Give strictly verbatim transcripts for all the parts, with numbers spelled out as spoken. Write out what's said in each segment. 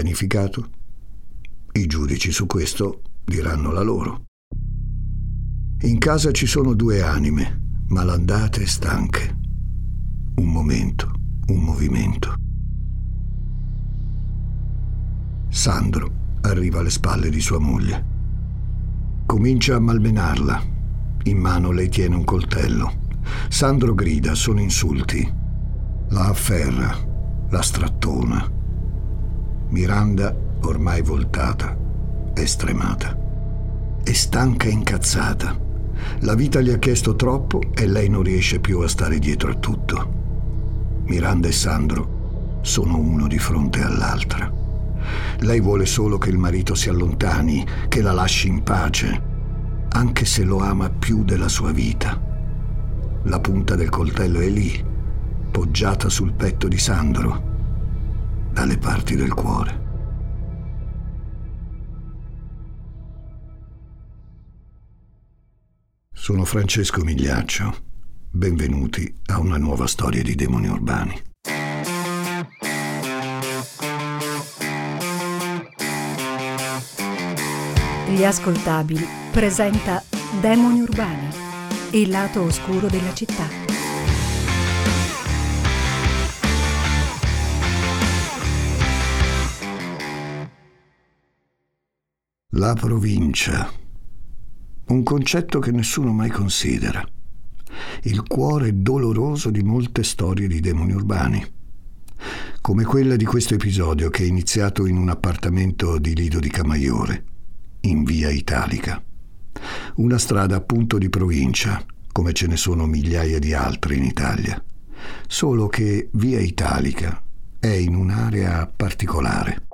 pianificato? I giudici su questo diranno la loro. In casa ci sono due anime, malandate e stanche. Un momento, un movimento. Sandro arriva alle spalle di sua moglie. Comincia a malmenarla. In mano lei tiene un coltello. Sandro grida, sono insulti. La afferra, la strattona. Miranda, ormai voltata, è stremata. È stanca e incazzata. La vita gli ha chiesto troppo e lei non riesce più a stare dietro a tutto. Miranda e Sandro sono uno di fronte all'altra. Lei vuole solo che il marito si allontani, che la lasci in pace, anche se lo ama più della sua vita. La punta del coltello è lì, poggiata sul petto di Sandro, dalle parti del cuore. Sono Francesco Migliaccio. Benvenuti a una nuova storia di demoni urbani. Gli Ascoltabili presenta Demoni Urbani, il lato oscuro della città. La provincia. Un concetto che nessuno mai considera. Il cuore doloroso di molte storie di demoni urbani. Come quella di questo episodio che è iniziato in un appartamento di Lido di Camaiore, in via Italica. Una strada appunto di provincia, come ce ne sono migliaia di altre in Italia. Solo che via Italica è in un'area particolare.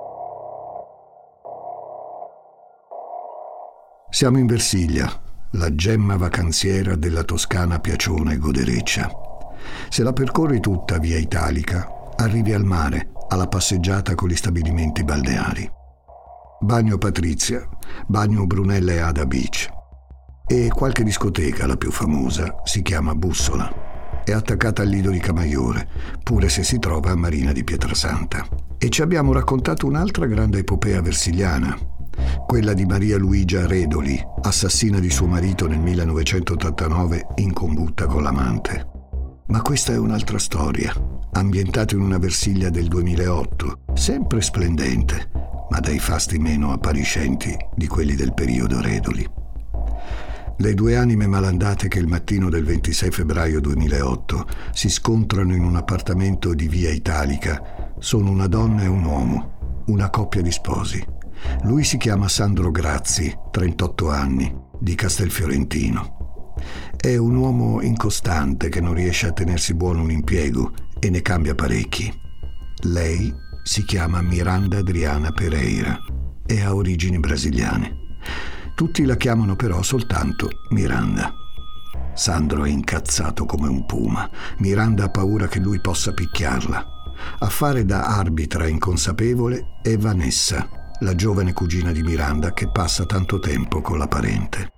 Siamo in Versiglia, la gemma vacanziera della Toscana piaciona e godereccia. Se la percorri tutta via Italica, arrivi al mare, alla passeggiata con gli stabilimenti balneari. Bagno Patrizia, bagno Brunella e Ada Beach. E qualche discoteca, la più famosa, si chiama Bussola. È attaccata al Lido di Camaiore, pure se si trova a Marina di Pietrasanta. E ci abbiamo raccontato un'altra grande epopea versigliana, quella di Maria Luigia Redoli, assassina di suo marito nel millenovecentottantanove in combutta con l'amante. Ma questa è un'altra storia, ambientata in una Versiglia del duemilaotto, sempre splendente, ma dai fasti meno appariscenti di quelli del periodo Redoli. Le due anime malandate che il mattino del ventisei febbraio duemilaotto si scontrano in un appartamento di via Italica sono una donna e un uomo, una coppia di sposi. Lui si chiama Sandro Grazzi, trentotto anni, di Castelfiorentino. È un uomo incostante che non riesce a tenersi buono un impiego e ne cambia parecchi. Lei si chiama Miranda Adriana Pereira e ha origini brasiliane. Tutti la chiamano però soltanto Miranda. Sandro è incazzato come un puma. Miranda ha paura che lui possa picchiarla. A fare da arbitra inconsapevole è Vanessa, la giovane cugina di Miranda che passa tanto tempo con la parente.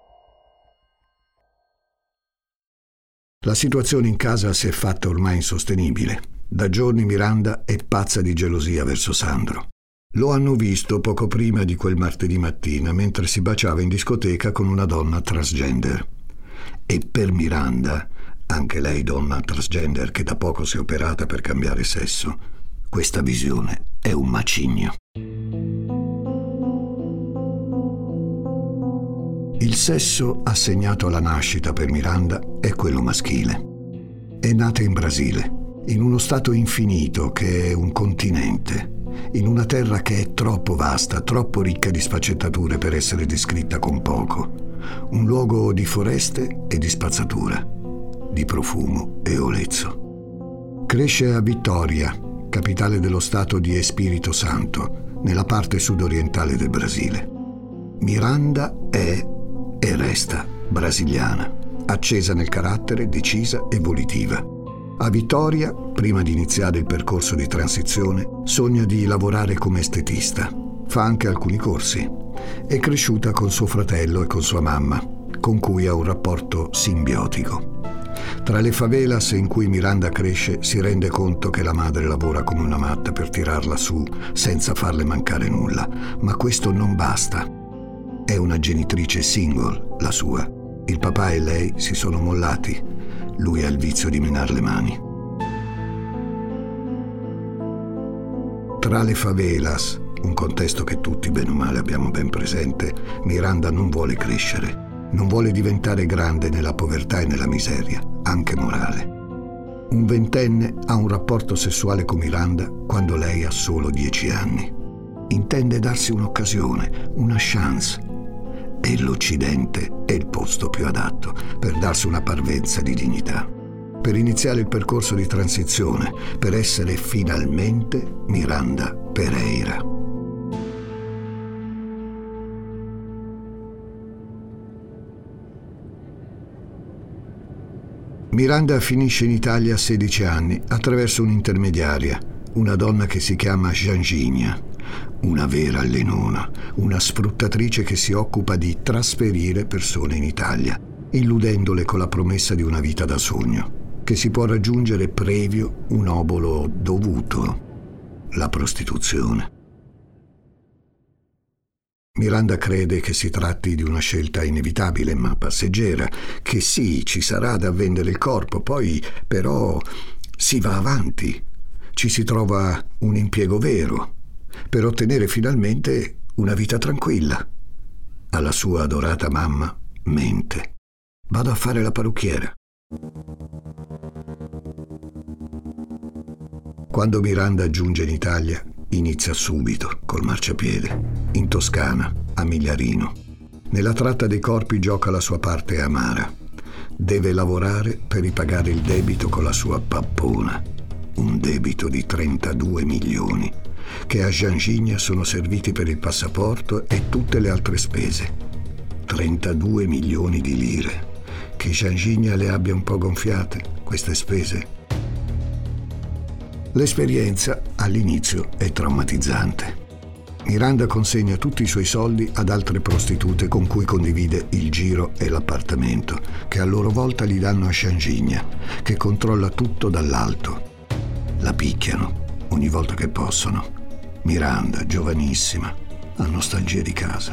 La situazione in casa si è fatta ormai insostenibile. Da giorni Miranda è pazza di gelosia verso Sandro. Lo hanno visto poco prima di quel martedì mattina mentre si baciava in discoteca con una donna transgender. E per Miranda, anche lei donna transgender che da poco si è operata per cambiare sesso, questa visione è un macigno. Il sesso assegnato alla nascita per Miranda è quello maschile. È nata in Brasile, in uno stato infinito che è un continente, in una terra che è troppo vasta, troppo ricca di sfaccettature per essere descritta con poco. Un luogo di foreste e di spazzatura, di profumo e olezzo. Cresce a Vitória, capitale dello stato di Espírito Santo, nella parte sudorientale del Brasile. Miranda è e resta brasiliana, accesa nel carattere, decisa e volitiva. A Vitória, prima di iniziare il percorso di transizione, sogna di lavorare come estetista. Fa anche alcuni corsi. È cresciuta con suo fratello e con sua mamma, con cui ha un rapporto simbiotico. Tra le favelas in cui Miranda cresce si rende conto che la madre lavora come una matta per tirarla su senza farle mancare nulla, ma questo non basta. È una genitrice single, la sua. Il papà e lei si sono mollati. Lui ha il vizio di menar le mani. Tra le favelas, un contesto che tutti bene o male abbiamo ben presente, Miranda non vuole crescere. Non vuole diventare grande nella povertà e nella miseria, anche morale. Un ventenne ha un rapporto sessuale con Miranda quando lei ha solo dieci anni. Intende darsi un'occasione, una chance. E l'Occidente è il posto più adatto per darsi una parvenza di dignità, per iniziare il percorso di transizione, per essere finalmente Miranda Pereira. Miranda finisce in Italia a sedici anni attraverso un'intermediaria, una donna che si chiama Gianginia, una vera allenona, una sfruttatrice che si occupa di trasferire persone in Italia, illudendole con la promessa di una vita da sogno, che si può raggiungere previo un obolo dovuto, la prostituzione. Miranda crede che si tratti di una scelta inevitabile ma passeggera, che sì, ci sarà da vendere il corpo, poi però si va avanti, ci si trova un impiego vero, per ottenere finalmente una vita tranquilla. Alla sua adorata mamma mente: vado a fare la parrucchiera. Quando Miranda giunge in Italia, inizia subito col marciapiede, in Toscana, a Migliarino. Nella tratta dei corpi gioca la sua parte amara. Deve lavorare per ripagare il debito con la sua pappona, un debito di trentadue milioni, che a Gianginia sono serviti per il passaporto e tutte le altre spese. trentadue milioni di lire. Che Gianginia le abbia un po' gonfiate, queste spese. L'esperienza all'inizio è traumatizzante. Miranda consegna tutti i suoi soldi ad altre prostitute con cui condivide il giro e l'appartamento, che a loro volta gli danno a Gianginia, che controlla tutto dall'alto. La picchiano ogni volta che possono. Miranda, giovanissima, ha nostalgia di casa.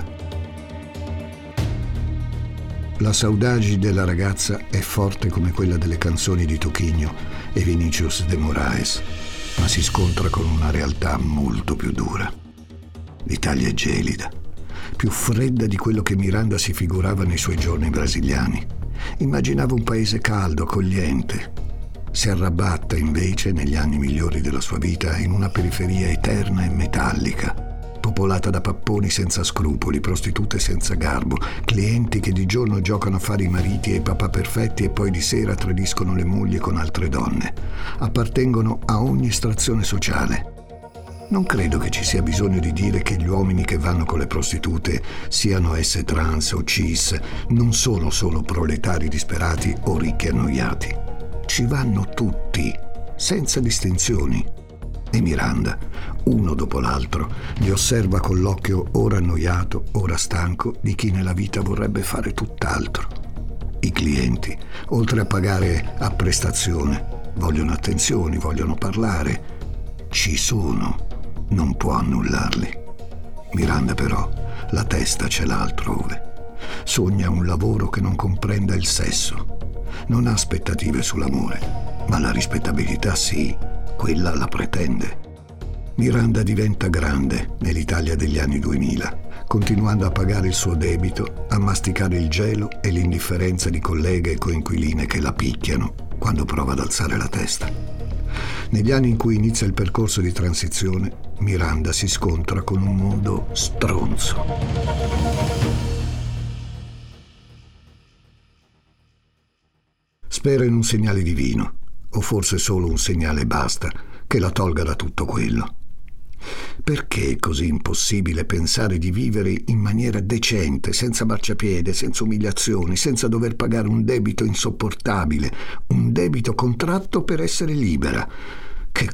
La saudade della ragazza è forte come quella delle canzoni di Toquinho e Vinicius de Moraes, ma si scontra con una realtà molto più dura. L'Italia è gelida, più fredda di quello che Miranda si figurava nei suoi giorni brasiliani. Immaginava un paese caldo, accogliente. Si arrabatta invece, negli anni migliori della sua vita, in una periferia eterna e metallica, popolata da papponi senza scrupoli, prostitute senza garbo, clienti che di giorno giocano a fare i mariti e i papà perfetti e poi di sera tradiscono le mogli con altre donne. Appartengono a ogni estrazione sociale. Non credo che ci sia bisogno di dire che gli uomini che vanno con le prostitute, siano esse trans o cis, non sono solo proletari disperati o ricchi annoiati. Ci vanno tutti, senza distinzioni. E Miranda, uno dopo l'altro, li osserva con l'occhio ora annoiato, ora stanco di chi nella vita vorrebbe fare tutt'altro. I clienti, oltre a pagare a prestazione, vogliono attenzioni, vogliono parlare. Ci sono, non può annullarli. Miranda però la testa ce l'ha altrove. Sogna un lavoro che non comprenda il sesso. Non ha aspettative sull'amore, ma la rispettabilità sì. Quella la pretende. Miranda diventa grande nell'Italia degli anni duemila, continuando a pagare il suo debito, a masticare il gelo e l'indifferenza di colleghe e coinquiline che la picchiano quando prova ad alzare la testa. Negli anni in cui inizia il percorso di transizione, Miranda si scontra con un mondo stronzo. Spera in un segnale divino, o forse solo un segnale basta, che la tolga da tutto quello. Perché è così impossibile pensare di vivere in maniera decente, senza marciapiede, senza umiliazioni, senza dover pagare un debito insopportabile, un debito contratto per essere libera? Che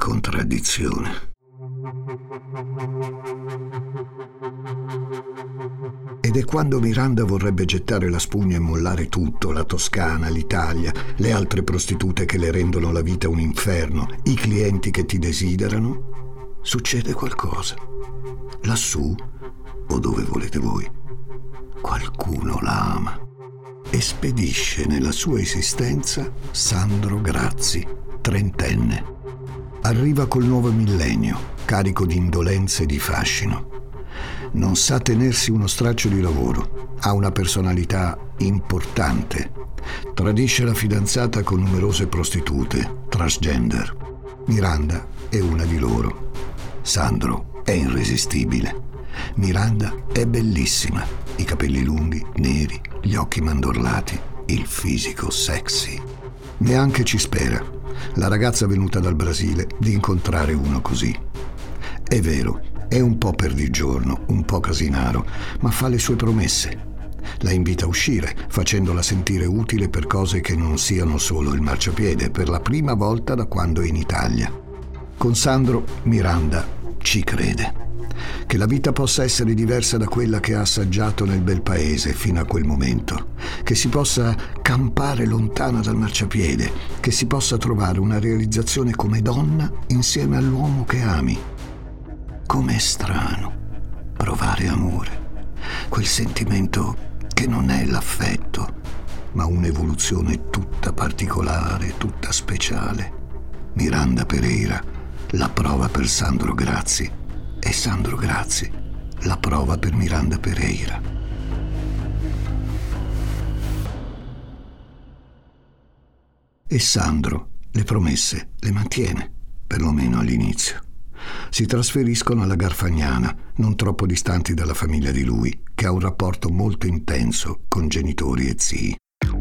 contraddizione! Ed Ed è quando Miranda vorrebbe gettare la spugna e mollare tutto, la Toscana, l'Italia, le altre prostitute che le rendono la vita un inferno, i clienti che ti desiderano, succede qualcosa. Lassù, o dove volete voi, qualcuno la ama e spedisce nella sua esistenza Sandro Grazzi, trentenne. Arriva col nuovo millennio, carico di indolenza e di fascino. Non sa tenersi uno straccio di lavoro, ha una personalità importante, tradisce la fidanzata con numerose prostitute, transgender. Miranda è una di loro. Sandro è irresistibile. Miranda è bellissima, i capelli lunghi, neri, gli occhi mandorlati, il fisico sexy. Neanche ci spera, la ragazza venuta dal Brasile, di incontrare uno così. È vero, è un po' perdigiorno, un po' casinaro, ma fa le sue promesse. La invita a uscire, facendola sentire utile per cose che non siano solo il marciapiede, per la prima volta da quando è in Italia. Con Sandro, Miranda ci crede. Che la vita possa essere diversa da quella che ha assaggiato nel bel paese fino a quel momento, che si possa campare lontana dal marciapiede, che si possa trovare una realizzazione come donna insieme all'uomo che ami. Com'è strano provare amore, quel sentimento che non è l'affetto, ma un'evoluzione tutta particolare, tutta speciale. Miranda Pereira la prova per Sandro Grazzi e Sandro Grazzi la prova per Miranda Pereira. E Sandro le promesse le mantiene, perlomeno all'inizio. Si trasferiscono alla Garfagnana, non troppo distanti dalla famiglia di lui, che ha un rapporto molto intenso con genitori e zii.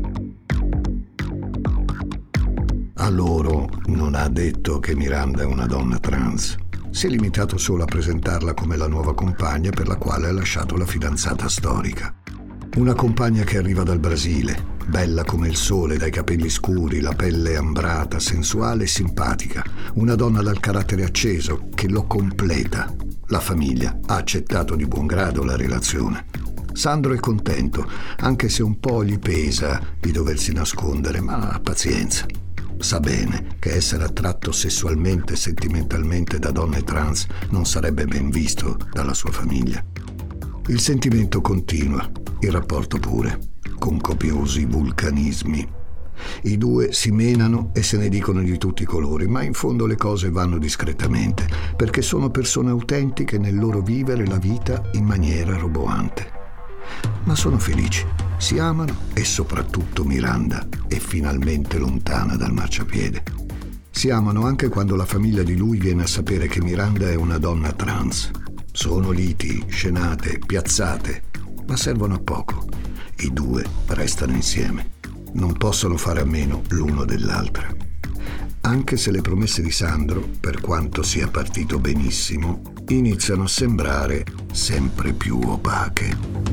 A loro non ha detto che Miranda è una donna trans. Si è limitato solo a presentarla come la nuova compagna per la quale ha lasciato la fidanzata storica. Una compagna che arriva dal Brasile, bella come il sole, dai capelli scuri, la pelle ambrata, sensuale e simpatica. Una donna dal carattere acceso che lo completa. La famiglia ha accettato di buon grado la relazione. Sandro è contento, anche se un po' gli pesa di doversi nascondere, ma pazienza. Sa bene che essere attratto sessualmente e sentimentalmente da donne trans non sarebbe ben visto dalla sua famiglia. Il sentimento continua, il rapporto pure, con copiosi vulcanismi. I due si menano e se ne dicono di tutti i colori, ma in fondo le cose vanno discretamente, perché sono persone autentiche nel loro vivere la vita in maniera roboante. Ma sono felici, si amano e soprattutto Miranda è finalmente lontana dal marciapiede. Si amano anche quando la famiglia di lui viene a sapere che Miranda è una donna trans. Sono liti, scenate, piazzate, ma servono a poco. I due restano insieme. Non possono fare a meno l'uno dell'altra. Anche se le promesse di Sandro, per quanto sia partito benissimo, iniziano a sembrare sempre più opache.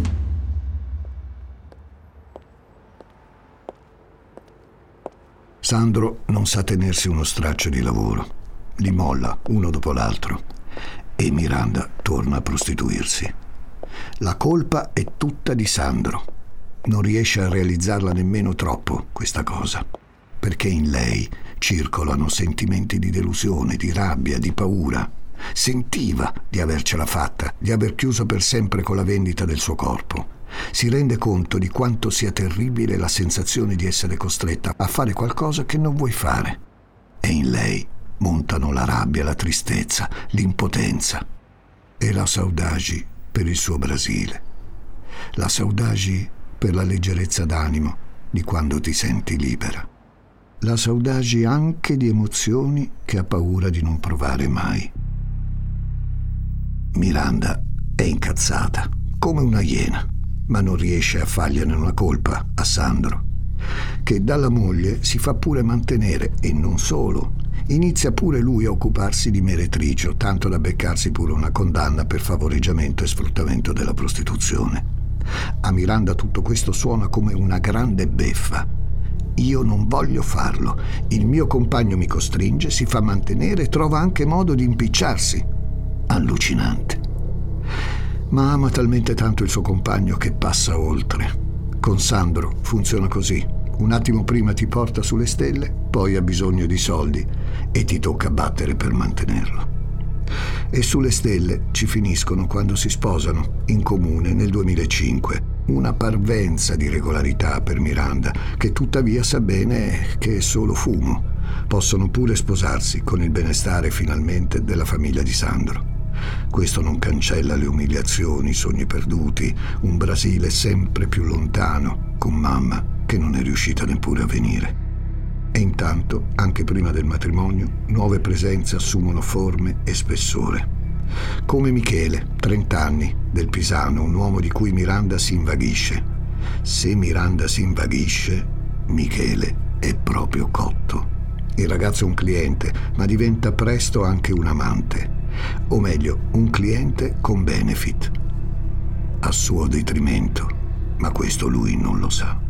Sandro non sa tenersi uno straccio di lavoro. Li molla uno dopo l'altro e Miranda torna a prostituirsi. La colpa è tutta di Sandro. Non riesce a realizzarla nemmeno troppo, questa cosa, perché in lei circolano sentimenti di delusione, di rabbia, di paura. Sentiva di avercela fatta, di aver chiuso per sempre con la vendita del suo corpo. Si rende conto di quanto sia terribile la sensazione di essere costretta a fare qualcosa che non vuoi fare. E in lei montano la rabbia, la tristezza, l'impotenza e la saudade per il suo Brasile. La saudade per la leggerezza d'animo di quando ti senti libera. La saudade anche di emozioni che ha paura di non provare mai. Miranda è incazzata, come una iena, ma non riesce a fargliene una colpa a Sandro, che dalla moglie si fa pure mantenere e non solo. Inizia pure lui a occuparsi di meretricio, tanto da beccarsi pure una condanna per favoreggiamento e sfruttamento della prostituzione. A Miranda tutto questo suona come una grande beffa. Io non voglio farlo, il mio compagno mi costringe, si fa mantenere e trova anche modo di impicciarsi. Allucinante. ma ama talmente tanto il suo compagno che passa oltre. Con Sandro funziona così: un attimo prima ti porta sulle stelle, poi ha bisogno di soldi e ti tocca battere per mantenerlo. E sulle stelle ci finiscono quando si sposano, in comune nel duemilacinque. Una parvenza di regolarità per Miranda, che tuttavia sa bene che è solo fumo. Possono pure sposarsi con il benestare finalmente della famiglia di Sandro. Questo non cancella le umiliazioni, i sogni perduti, un Brasile sempre più lontano, con mamma che non è riuscita neppure a venire. E intanto, anche prima del matrimonio, nuove presenze assumono forme e spessore. Come Michele, trenta anni, del Pisano, un uomo di cui Miranda si invaghisce. Se Miranda si invaghisce, Michele è proprio cotto. Il ragazzo è un cliente, ma diventa presto anche un amante. O meglio, un cliente con benefit. A suo detrimento, ma questo lui non lo sa.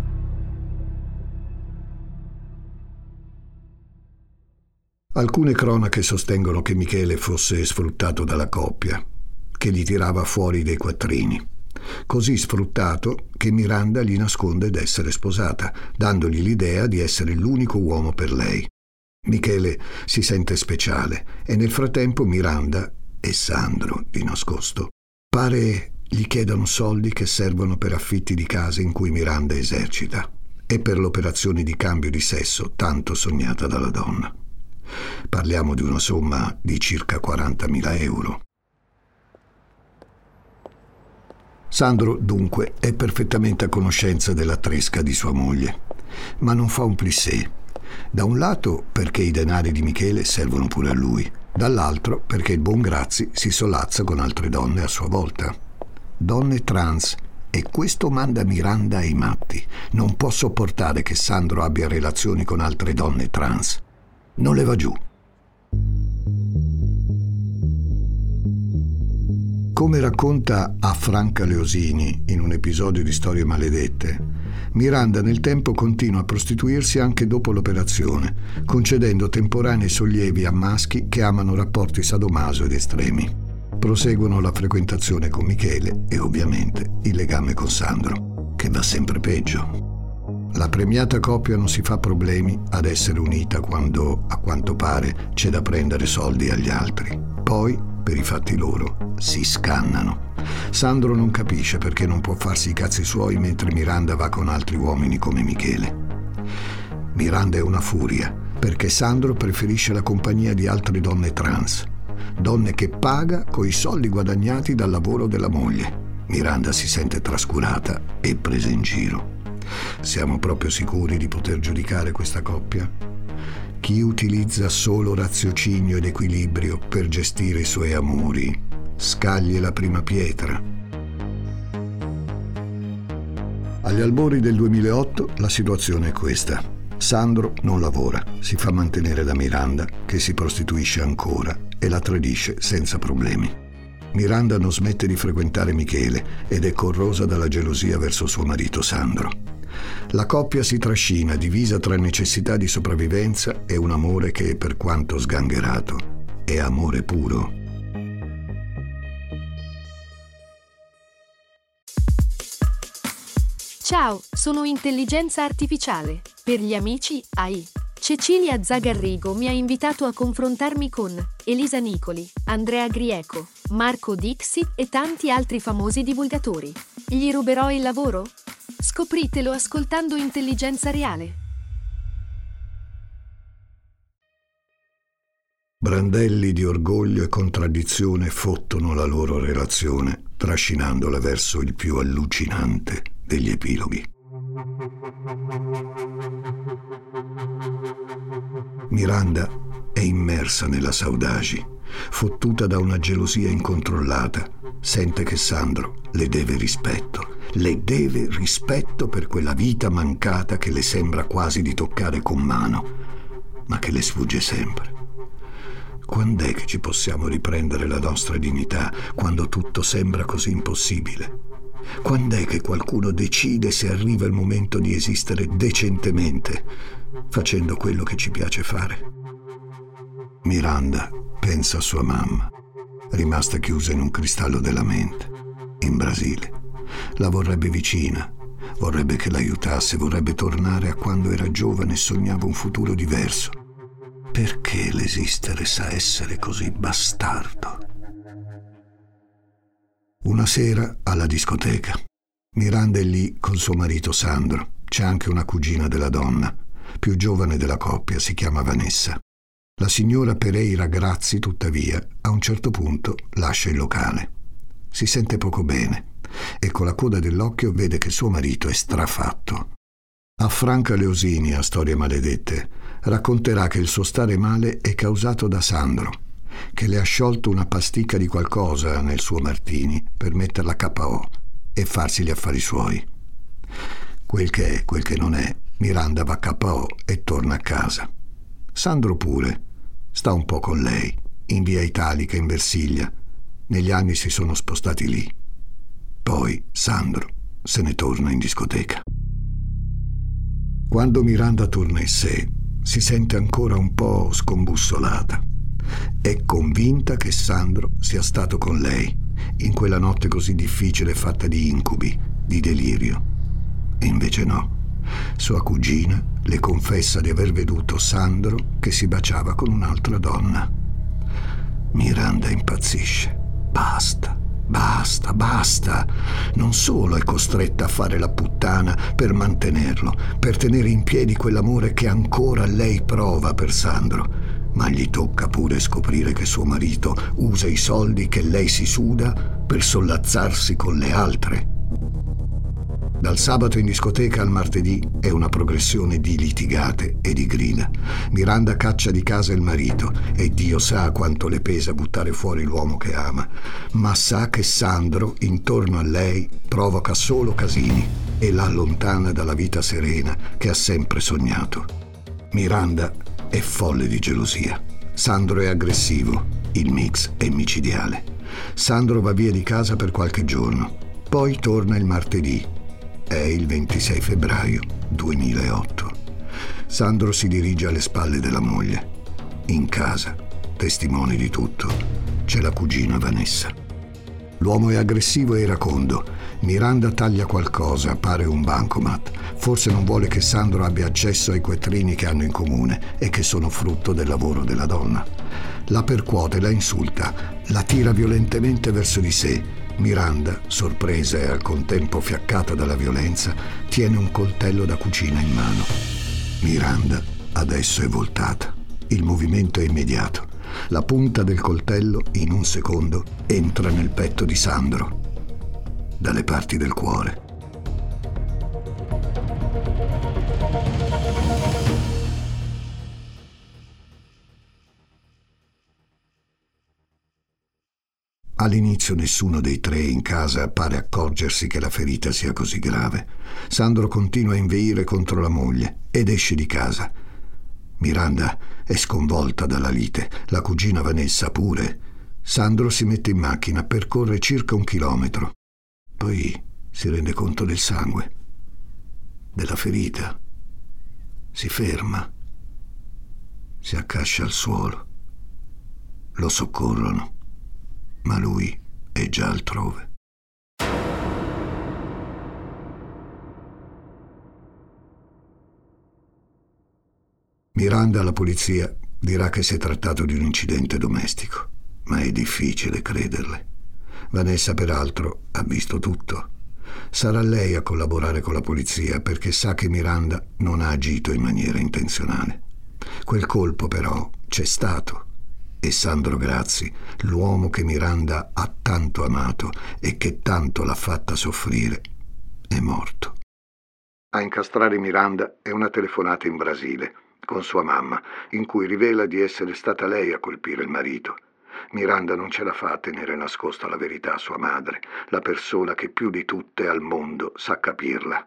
Alcune cronache sostengono che Michele fosse sfruttato dalla coppia, che gli tirava fuori dei quattrini. Così sfruttato che Miranda gli nasconde d'essere sposata, dandogli l'idea di essere l'unico uomo per lei. Michele si sente speciale e nel frattempo Miranda e Sandro, di nascosto, pare gli chiedano soldi che servono per affitti di case in cui Miranda esercita e per l'operazione di cambio di sesso tanto sognata dalla donna. Parliamo di una somma di circa quarantamila euro. Sandro, dunque, è perfettamente a conoscenza della tresca di sua moglie, ma non fa un plissé. Da un lato perché i denari di Michele servono pure a lui, dall'altro perché il buon Grazi si solazza con altre donne a sua volta. Donne trans, e questo manda Miranda ai matti. Non può sopportare che Sandro abbia relazioni con altre donne trans. Non le va giù. Come racconta a Franca Leosini in un episodio di Storie Maledette, Miranda nel tempo continua a prostituirsi anche dopo l'operazione, concedendo temporanei sollievi a maschi che amano rapporti sadomaso ed estremi. Proseguono la frequentazione con Michele e ovviamente il legame con Sandro, che va sempre peggio. La premiata coppia non si fa problemi ad essere unita quando, a quanto pare, c'è da prendere soldi agli altri. Poi, per i fatti loro, si scannano. Sandro non capisce perché non può farsi i cazzi suoi mentre Miranda va con altri uomini come Michele. Miranda è una furia perché Sandro preferisce la compagnia di altre donne trans, donne che paga coi soldi guadagnati dal lavoro della moglie. Miranda si sente trascurata e presa in giro. Siamo proprio sicuri di poter giudicare questa coppia? Chi utilizza solo raziocinio ed equilibrio per gestire i suoi amori, scagli la prima pietra. Agli albori del duemilaotto la situazione è questa. Sandro non lavora, si fa mantenere da Miranda, che si prostituisce ancora e la tradisce senza problemi. Miranda non smette di frequentare Michele ed è corrosa dalla gelosia verso suo marito Sandro. La coppia si trascina, divisa tra necessità di sopravvivenza e un amore che, per quanto sgangherato, è amore puro. Ciao, sono Intelligenza Artificiale. Per gli amici A I. Cecilia Zagarrigo mi ha invitato a confrontarmi con Elisa Nicoli, Andrea Grieco, Marco Dixi e tanti altri famosi divulgatori. Gli ruberò il lavoro? Scopritelo ascoltando Intelligenza Reale. Brandelli di orgoglio e contraddizione fottono la loro relazione, trascinandola verso il più allucinante degli epiloghi. Miranda è immersa nella Saudagi, fottuta da una gelosia incontrollata. Sente che Sandro le deve rispetto, le deve rispetto per quella vita mancata che le sembra quasi di toccare con mano, ma che le sfugge sempre. Quand'è che ci possiamo riprendere la nostra dignità quando tutto sembra così impossibile? Quand'è che qualcuno decide se arriva il momento di esistere decentemente, facendo quello che ci piace fare? Miranda pensa a sua mamma, rimasta chiusa in un cristallo della mente. in Brasile. La vorrebbe vicina, vorrebbe che l'aiutasse, vorrebbe tornare a quando era giovane e sognava un futuro diverso. Perché l'esistere sa essere così bastardo? Una sera alla discoteca. Miranda è lì con suo marito Sandro. C'è anche una cugina della donna, più giovane della coppia, si chiama Vanessa. La signora Pereira Grazzi, tuttavia, a un certo punto lascia il locale. Si sente poco bene e con la coda dell'occhio vede che suo marito è strafatto. A Franca Leosini, a Storie Maledette, racconterà che il suo stare male è causato da Sandro, che le ha sciolto una pasticca di qualcosa nel suo martini per metterla K O e farsi gli affari suoi. Quel che è, quel che non è, Miranda va K O e torna a casa. Sandro pure sta un po' con lei, in via Italica, in Versilia. Negli anni si sono spostati lì. Poi Sandro se ne torna in discoteca. Quando Miranda torna in sé, si sente ancora un po' scombussolata. È convinta che Sandro sia stato con lei, in quella notte così difficile fatta di incubi, di delirio. E invece no. Sua cugina le confessa di aver veduto Sandro che si baciava con un'altra donna. Miranda impazzisce. Basta, basta, basta. Non solo è costretta a fare la puttana per mantenerlo, per tenere in piedi quell'amore che ancora lei prova per Sandro, ma gli tocca pure scoprire che suo marito usa i soldi che lei si suda per sollazzarsi con le altre. Dal sabato in discoteca al martedì è una progressione di litigate e di grida. Miranda caccia di casa il marito e Dio sa quanto le pesa buttare fuori l'uomo che ama, ma sa che Sandro, intorno a lei, provoca solo casini e la allontana dalla vita serena che ha sempre sognato. Miranda è folle di gelosia. Sandro è aggressivo, il mix è micidiale. Sandro va via di casa per qualche giorno, poi torna il martedì. È il ventisei febbraio duemilaotto. Sandro si dirige alle spalle della moglie. In casa, testimone di tutto, c'è la cugina Vanessa. L'uomo è aggressivo e iracondo. Miranda taglia qualcosa, pare un bancomat. Forse non vuole che Sandro abbia accesso ai quattrini che hanno in comune e che sono frutto del lavoro della donna. La percuote, la insulta, la tira violentemente verso di sé. Miranda, sorpresa e al contempo fiaccata dalla violenza, tiene un coltello da cucina in mano. Miranda adesso è voltata. Il movimento è immediato. La punta del coltello, in un secondo, entra nel petto di Sandro, dalle parti del cuore. All'inizio nessuno dei tre in casa pare accorgersi che la ferita sia così grave. Sandro continua a inveire contro la moglie ed esce di casa. Miranda è sconvolta dalla lite, la cugina Vanessa pure. Sandro si mette in macchina, percorre circa un chilometro. Poi si rende conto del sangue, della ferita. Si ferma, si accascia al suolo. Lo soccorrono. Ma lui è già altrove. Miranda alla polizia dirà che si è trattato di un incidente domestico, ma è difficile crederle. Vanessa, peraltro, ha visto tutto. Sarà lei a collaborare con la polizia perché sa che Miranda non ha agito in maniera intenzionale. Quel colpo, però, c'è stato. E Sandro Grazzi, l'uomo che Miranda ha tanto amato e che tanto l'ha fatta soffrire, è morto. A incastrare Miranda è una telefonata in Brasile, con sua mamma, in cui rivela di essere stata lei a colpire il marito. Miranda non ce la fa a tenere nascosta la verità a sua madre, la persona che più di tutte al mondo sa capirla.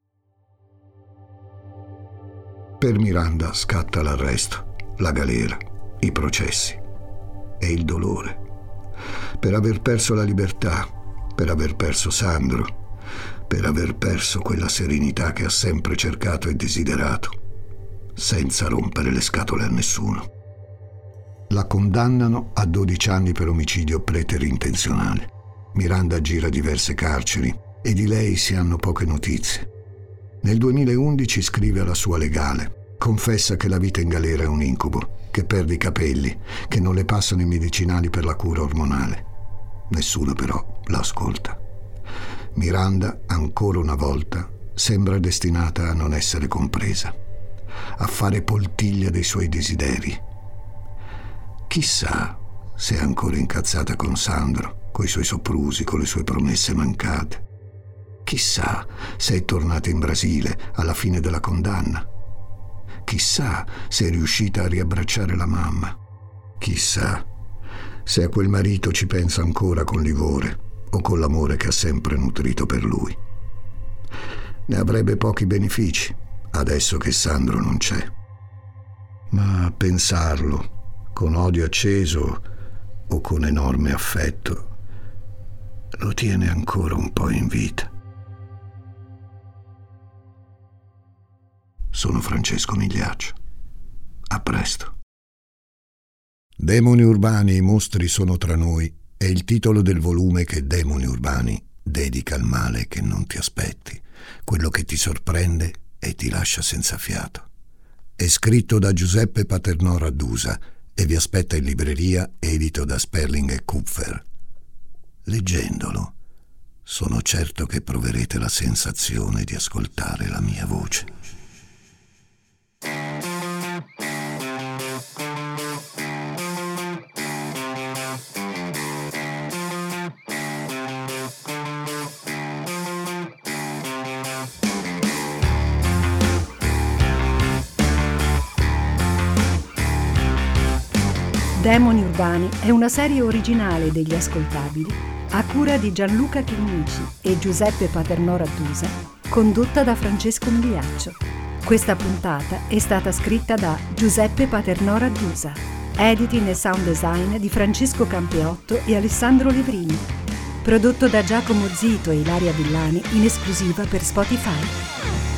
Per Miranda scatta l'arresto, la galera, i processi e il dolore. Per aver perso la libertà, per aver perso Sandro, per aver perso quella serenità che ha sempre cercato e desiderato, senza rompere le scatole a nessuno. La condannano a dodici anni per omicidio preterintenzionale. Miranda gira diverse carceri e di lei si hanno poche notizie. Nel duemilaundici scrive alla sua legale. Confessa che la vita in galera è un incubo, che perde i capelli, che non le passano i medicinali per la cura ormonale. Nessuno però la ascolta. Miranda, ancora una volta, sembra destinata a non essere compresa, a fare poltiglia dei suoi desideri. Chissà se è ancora incazzata con Sandro, coi suoi soprusi, con le sue promesse mancate. Chissà se è tornata in Brasile alla fine della condanna. Chissà se è riuscita a riabbracciare la mamma. Chissà se a quel marito ci pensa ancora con livore o con l'amore che ha sempre nutrito per lui. Ne avrebbe pochi benefici adesso che Sandro non c'è. Ma pensarlo con odio acceso o con enorme affetto lo tiene ancora un po' in vita. Sono Francesco Migliaccio. A presto. Demoni urbani, i mostri sono tra noi è il titolo del volume che Demoni urbani dedica al male che non ti aspetti, quello che ti sorprende e ti lascia senza fiato. È scritto da Giuseppe Paternò Raddusa e vi aspetta in libreria, edito da Sperling e Kupfer. Leggendolo, sono certo che proverete la sensazione di ascoltare la mia voce. Demoni urbani è una serie originale degli Ascoltabili a cura di Gianluca Chinnici e Giuseppe Paternò Raddusa, condotta da Francesco Migliaccio. Questa puntata è stata scritta da Giuseppe Paternò Raddusa, editing e sound design di Francesco Campeotto e Alessandro Levrini, prodotto da Giacomo Zito e Ilaria Villani in esclusiva per Spotify.